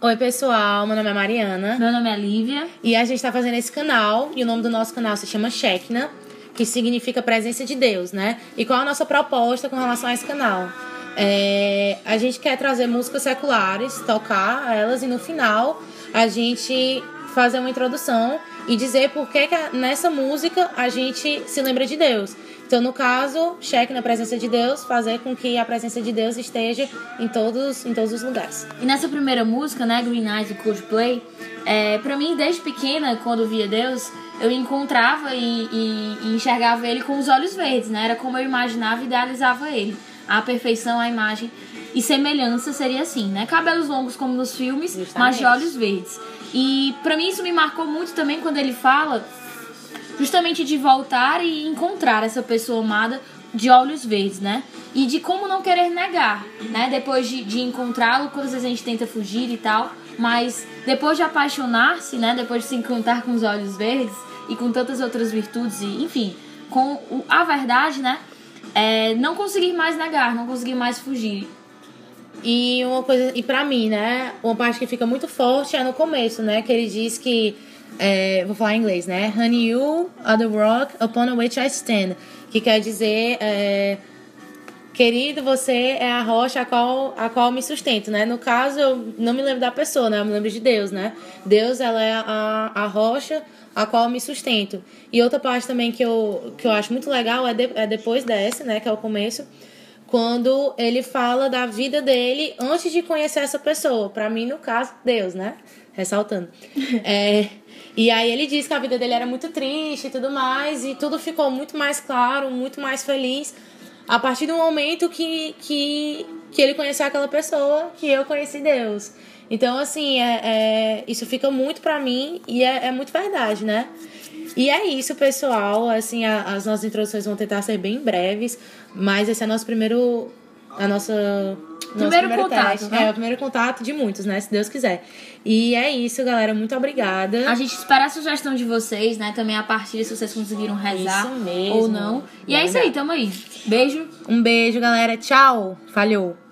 Oi, pessoal, meu nome é Mariana. Meu nome é Lívia. E a gente tá fazendo esse canal, e o nome do nosso canal se chama Shekinah, que significa presença de Deus, né? E qual a nossa proposta com relação a esse canal? A gente quer trazer músicas seculares, tocar elas, e no final a gente fazer uma introdução e dizer por que nessa música a gente se lembra de Deus. Então, no caso, Shekinah, presença de Deus, fazer com que a presença de Deus esteja em todos os lugares. E nessa primeira música, né, Green Eyes, do Coldplay, pra mim, desde pequena, quando via Deus, eu encontrava e enxergava Ele com os olhos verdes, né? Era como eu imaginava e idealizava Ele. A perfeição, a imagem e semelhança seria assim, né? Cabelos longos como nos filmes, justamente, mas de olhos verdes. E pra mim isso me marcou muito também quando ele fala justamente de voltar e encontrar essa pessoa amada de olhos verdes, né? E de como não querer negar, né? Depois de encontrá-lo, quantas vezes a gente tenta fugir e tal, mas depois de apaixonar-se, né? Depois de se encantar com os olhos verdes e com tantas outras virtudes e, enfim, com a verdade, né? Não conseguir mais negar, não conseguir mais fugir. E uma coisa, e pra mim, né, uma parte que fica muito forte é no começo, né, que ele diz que, vou falar em inglês, né, Honey, you are the rock upon which I stand, que quer dizer, querido, você é a rocha a qual me sustento, né, no caso eu não me lembro da pessoa, né, eu me lembro de Deus, né, Deus, ela é a rocha a qual me sustento. E outra parte também que eu acho muito legal é depois dessa, né, que é o começo, quando ele fala da vida dele antes de conhecer essa pessoa. Pra mim, no caso, Deus, né? Ressaltando. E aí ele diz que a vida dele era muito triste e tudo mais, e tudo ficou muito mais claro, muito mais feliz, a partir do momento que ele conheceu aquela pessoa, que eu conheci Deus. Então, assim, isso fica muito pra mim e é muito verdade, né? E é isso, pessoal. Assim, as nossas introduções vão tentar ser bem breves, mas esse é nosso primeiro contato, teste. né? É o primeiro contato de muitos, né? Se Deus quiser. E é isso, galera. Muito obrigada. A gente espera a sugestão de vocês, né? Também a partir se vocês conseguiram rezar isso mesmo, ou não. E é isso aí, tamo aí. Beijo. Um beijo, galera. Tchau. Falhou.